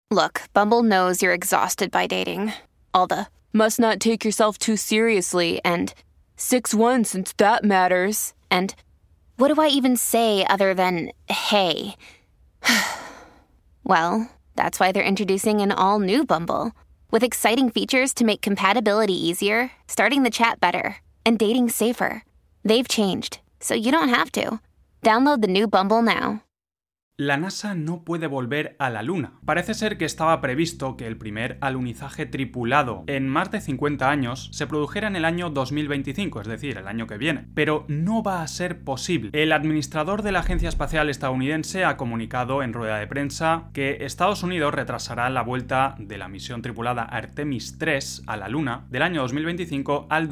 Look, Bumble knows you're exhausted by dating. All the, must not take yourself too seriously, and 6'1" since that matters, and what do I even say other than, hey? Well, that's why they're introducing an all-new Bumble, with exciting features to make compatibility easier, starting the chat better, and dating safer. They've changed, so you don't have to. Download the new Bumble now. La NASA no puede volver a la Luna. Parece ser que estaba previsto que el primer alunizaje tripulado en más de 50 años se produjera en el año 2025, es decir, el año que viene. Pero no va a ser posible. El administrador de la Agencia Espacial Estadounidense ha comunicado en rueda de prensa que Estados Unidos retrasará la vuelta de la misión tripulada Artemis 3 a la Luna del año 2025 al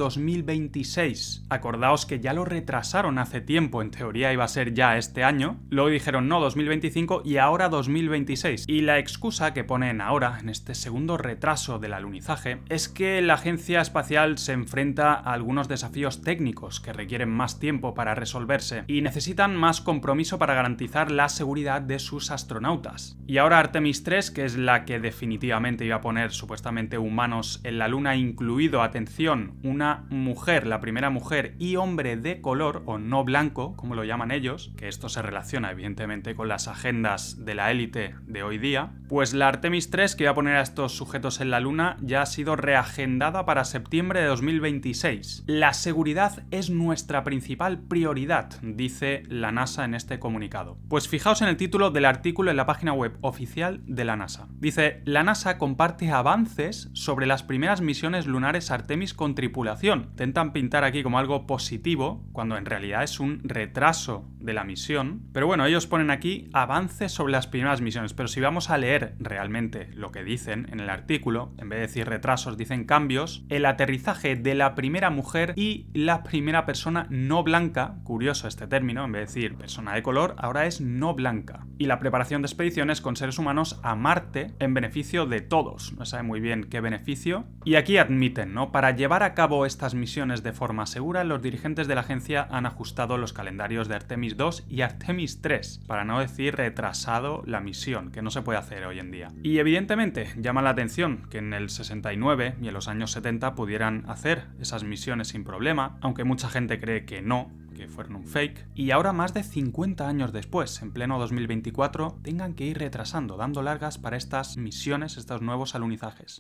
2026. Acordaos que ya lo retrasaron hace tiempo, en teoría iba a ser ya este año. Luego dijeron no, 2025 y ahora 2026. Y la excusa que ponen ahora, en este segundo retraso del alunizaje, es que la agencia espacial se enfrenta a algunos desafíos técnicos que requieren más tiempo para resolverse y necesitan más compromiso para garantizar la seguridad de sus astronautas. Y ahora Artemis 3, que es la que definitivamente iba a poner supuestamente humanos en la Luna, incluido, atención, una mujer, la primera mujer y hombre de color, o no blanco, como lo llaman ellos, que esto se relaciona evidentemente con las agendas de la élite de hoy día, pues la Artemis 3, que iba a poner a estos sujetos en la Luna, ya ha sido reagendada para septiembre de 2026. La seguridad es nuestra principal prioridad, dice la NASA en este comunicado. Pues fijaos en el título del artículo en la página web oficial de la NASA. Dice: la NASA comparte avances sobre las primeras misiones lunares Artemis con tripulación. Intentan pintar aquí como algo positivo, cuando en realidad es un retraso de la misión. Pero bueno, ellos ponen aquí avances sobre las primeras misiones, pero si vamos a leer realmente lo que dicen en el artículo, en vez de decir retrasos, dicen cambios. El aterrizaje de la primera mujer y la primera persona no blanca, curioso este término, en vez de decir persona de color, ahora es no blanca. Y la preparación de expediciones con seres humanos a Marte en beneficio de todos. No sabe muy bien qué beneficio. Y aquí admiten, ¿no? Para llevar a cabo estas misiones de forma segura, los dirigentes de la agencia han ajustado los calendarios de Artemis 2 y Artemis 3, para no decir retrasado la misión, que no se puede hacer hoy en día. Y evidentemente llama la atención que en el 69 y en los años 70 pudieran hacer esas misiones sin problema, aunque mucha gente cree que no, que fueron un fake, y ahora más de 50 años después, en pleno 2024, tengan que ir retrasando, dando largas para estas misiones, estos nuevos alunizajes.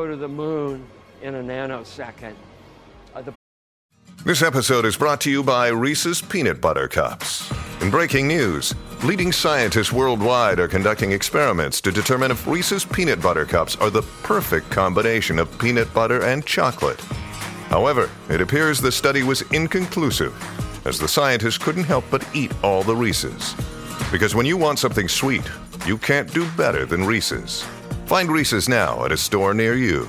This episode is brought to you by Reese's Peanut Butter Cups. In breaking news, leading scientists worldwide are conducting experiments to determine if Reese's Peanut Butter Cups are the perfect combination of peanut butter and chocolate. However, it appears the study was inconclusive, as the scientists couldn't help but eat all the Reese's. Because when you want something sweet, you can't do better than Reese's. Find Reese's now at a store near you.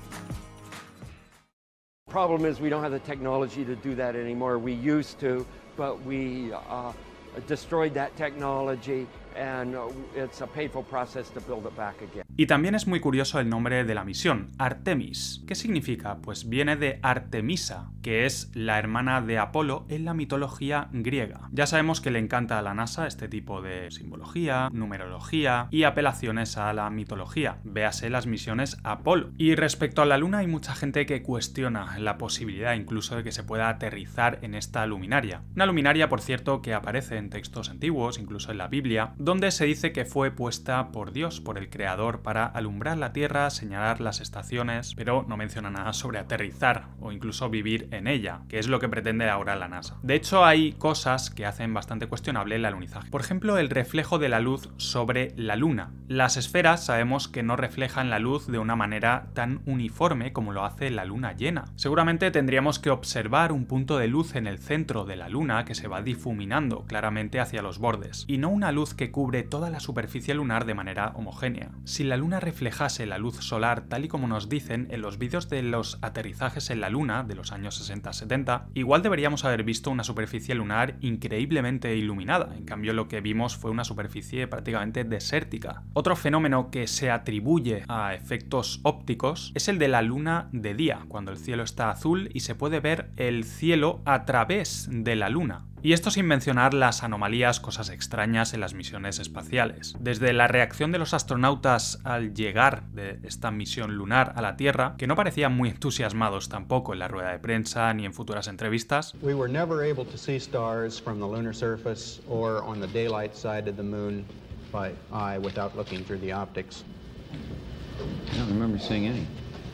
The problem is we don't have the technology to do that anymore. We used to, but we destroyed that technology, and it's a painful process to build it back again. Y también es muy curioso el nombre de la misión, Artemis. ¿Qué significa? Pues viene de Artemisa, que es la hermana de Apolo en la mitología griega. Ya sabemos que le encanta a la NASA este tipo de simbología, numerología y apelaciones a la mitología. Véase las misiones Apolo. Y respecto a la Luna, hay mucha gente que cuestiona la posibilidad incluso de que se pueda aterrizar en esta luminaria. Una luminaria, por cierto, que aparece en textos antiguos, incluso en la Biblia, donde se dice que fue puesta por Dios, por el Creador, para alumbrar la Tierra, señalar las estaciones, pero no menciona nada sobre aterrizar o incluso vivir en ella, que es lo que pretende ahora la NASA. De hecho, hay cosas que hacen bastante cuestionable el alunizaje. Por ejemplo, el reflejo de la luz sobre la Luna. Las esferas sabemos que no reflejan la luz de una manera tan uniforme como lo hace la Luna llena. Seguramente tendríamos que observar un punto de luz en el centro de la Luna que se va difuminando claramente hacia los bordes, y no una luz que cubre toda la superficie lunar de manera homogénea. Si la Luna reflejase la luz solar tal y como nos dicen en los vídeos de los aterrizajes en la Luna de los años 60-70, igual deberíamos haber visto una superficie lunar increíblemente iluminada. En cambio, lo que vimos fue una superficie prácticamente desértica. Otro fenómeno que se atribuye a efectos ópticos es el de la Luna de día, cuando el cielo está azul y se puede ver el cielo a través de la Luna. Y esto sin mencionar las anomalías, cosas extrañas en las misiones espaciales. Desde la reacción de los astronautas al llegar de esta misión lunar a la Tierra, que no parecían muy entusiasmados tampoco en la rueda de prensa ni en futuras entrevistas. We were never able to see stars from the lunar surface or on the daylight side of the moon by eye without looking through the optics. I don't remember seeing any.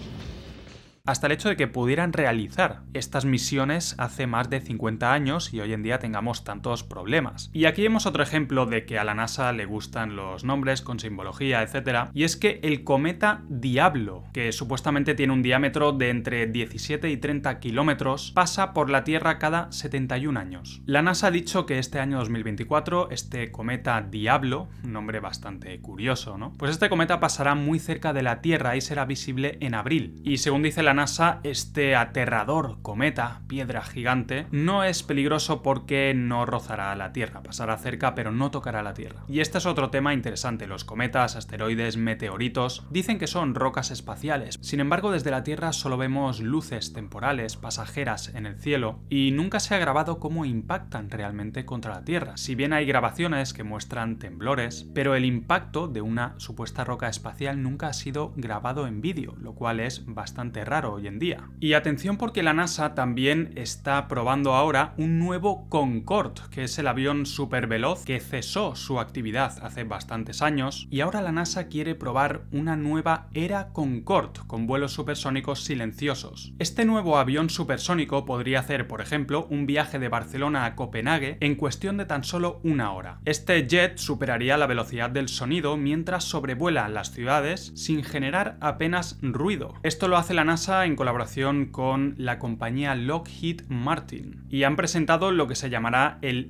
Hasta el hecho de que pudieran realizar estas misiones hace más de 50 años y hoy en día tengamos tantos problemas. Y aquí vemos otro ejemplo de que a la NASA le gustan los nombres con simbología, etc. Y es que el cometa Diablo, que supuestamente tiene un diámetro de entre 17 y 30 kilómetros, pasa por la Tierra cada 71 años. La NASA ha dicho que este año 2024, este cometa Diablo, un nombre bastante curioso, ¿no? Pues este cometa pasará muy cerca de la Tierra y será visible en abril. Y según dice la NASA, este aterrador cometa, piedra gigante, no es peligroso porque no rozará la Tierra, pasará cerca pero no tocará la Tierra. Y este es otro tema interesante, los cometas, asteroides, meteoritos, dicen que son rocas espaciales, sin embargo desde la Tierra solo vemos luces temporales, pasajeras en el cielo, y nunca se ha grabado cómo impactan realmente contra la Tierra. Si bien hay grabaciones que muestran temblores, pero el impacto de una supuesta roca espacial nunca ha sido grabado en vídeo, lo cual es bastante raro hoy en día. Y atención porque la NASA también está probando ahora un nuevo Concorde, que es el avión superveloz que cesó su actividad hace bastantes años, y ahora la NASA quiere probar una nueva Era Concorde con vuelos supersónicos silenciosos. Este nuevo avión supersónico podría hacer, por ejemplo, un viaje de Barcelona a Copenhague en cuestión de tan solo una hora. Este jet superaría la velocidad del sonido mientras sobrevuela las ciudades sin generar apenas ruido. Esto lo hace la NASA en colaboración con la compañía Lockheed Martin y han presentado lo que se llamará el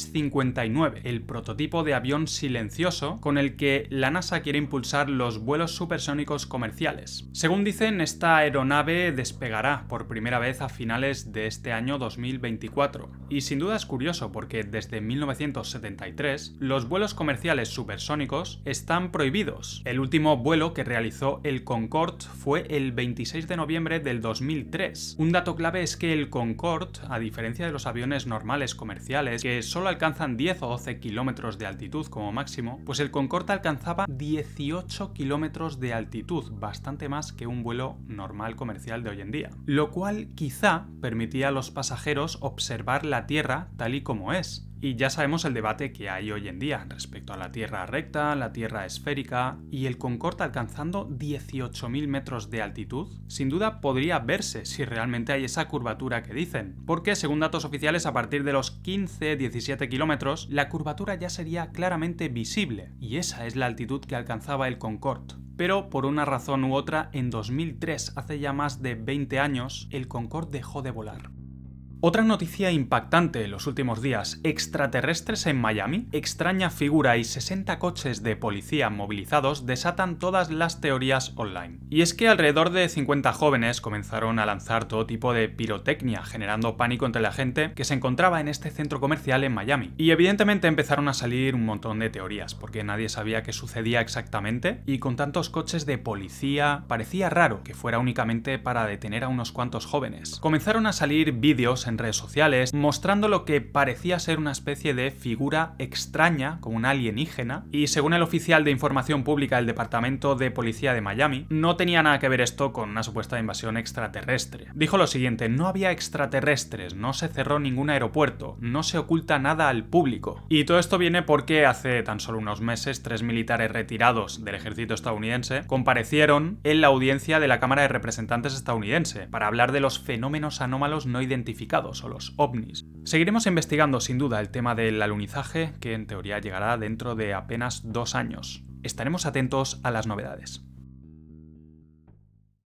X-59, el prototipo de avión silencioso con el que la NASA quiere impulsar los vuelos supersónicos comerciales. Según dicen, esta aeronave despegará por primera vez a finales de este año 2024 y sin duda es curioso porque desde 1973 los vuelos comerciales supersónicos están prohibidos. El último vuelo que realizó el Concorde fue el 26 de noviembre del 2003. Un dato clave es que el Concorde, a diferencia de los aviones normales comerciales que solo alcanzan 10 o 12 kilómetros de altitud como máximo, pues el Concorde alcanzaba 18 kilómetros de altitud, bastante más que un vuelo normal comercial de hoy en día. Lo cual quizá permitía a los pasajeros observar la Tierra tal y como es. Y ya sabemos el debate que hay hoy en día respecto a la Tierra recta, la Tierra esférica, y el Concorde alcanzando 18.000 metros de altitud, sin duda podría verse si realmente hay esa curvatura que dicen, porque según datos oficiales a partir de los 15-17 kilómetros, la curvatura ya sería claramente visible, y esa es la altitud que alcanzaba el Concorde. Pero por una razón u otra, en 2003, hace ya más de 20 años, el Concorde dejó de volar. Otra noticia impactante en los últimos días: extraterrestres en Miami, extraña figura y 60 coches de policía movilizados desatan todas las teorías online. Y es que alrededor de 50 jóvenes comenzaron a lanzar todo tipo de pirotecnia, generando pánico entre la gente que se encontraba en este centro comercial en Miami. Y evidentemente empezaron a salir un montón de teorías, porque nadie sabía qué sucedía exactamente, y con tantos coches de policía parecía raro que fuera únicamente para detener a unos cuantos jóvenes. Comenzaron a salir vídeos en redes sociales mostrando lo que parecía ser una especie de figura extraña, como un alienígena, y según el oficial de información pública del Departamento de Policía de Miami, no tenía nada que ver esto con una supuesta invasión extraterrestre. Dijo lo siguiente: no había extraterrestres, no se cerró ningún aeropuerto, no se oculta nada al público. Y todo esto viene porque hace tan solo unos meses 3 militares retirados del ejército estadounidense comparecieron en la audiencia de la Cámara de Representantes estadounidense para hablar de los fenómenos anómalos no identificados, o los ovnis. Seguiremos investigando sin duda el tema del alunizaje, que en teoría llegará dentro de apenas 2 años. Estaremos atentos a las novedades.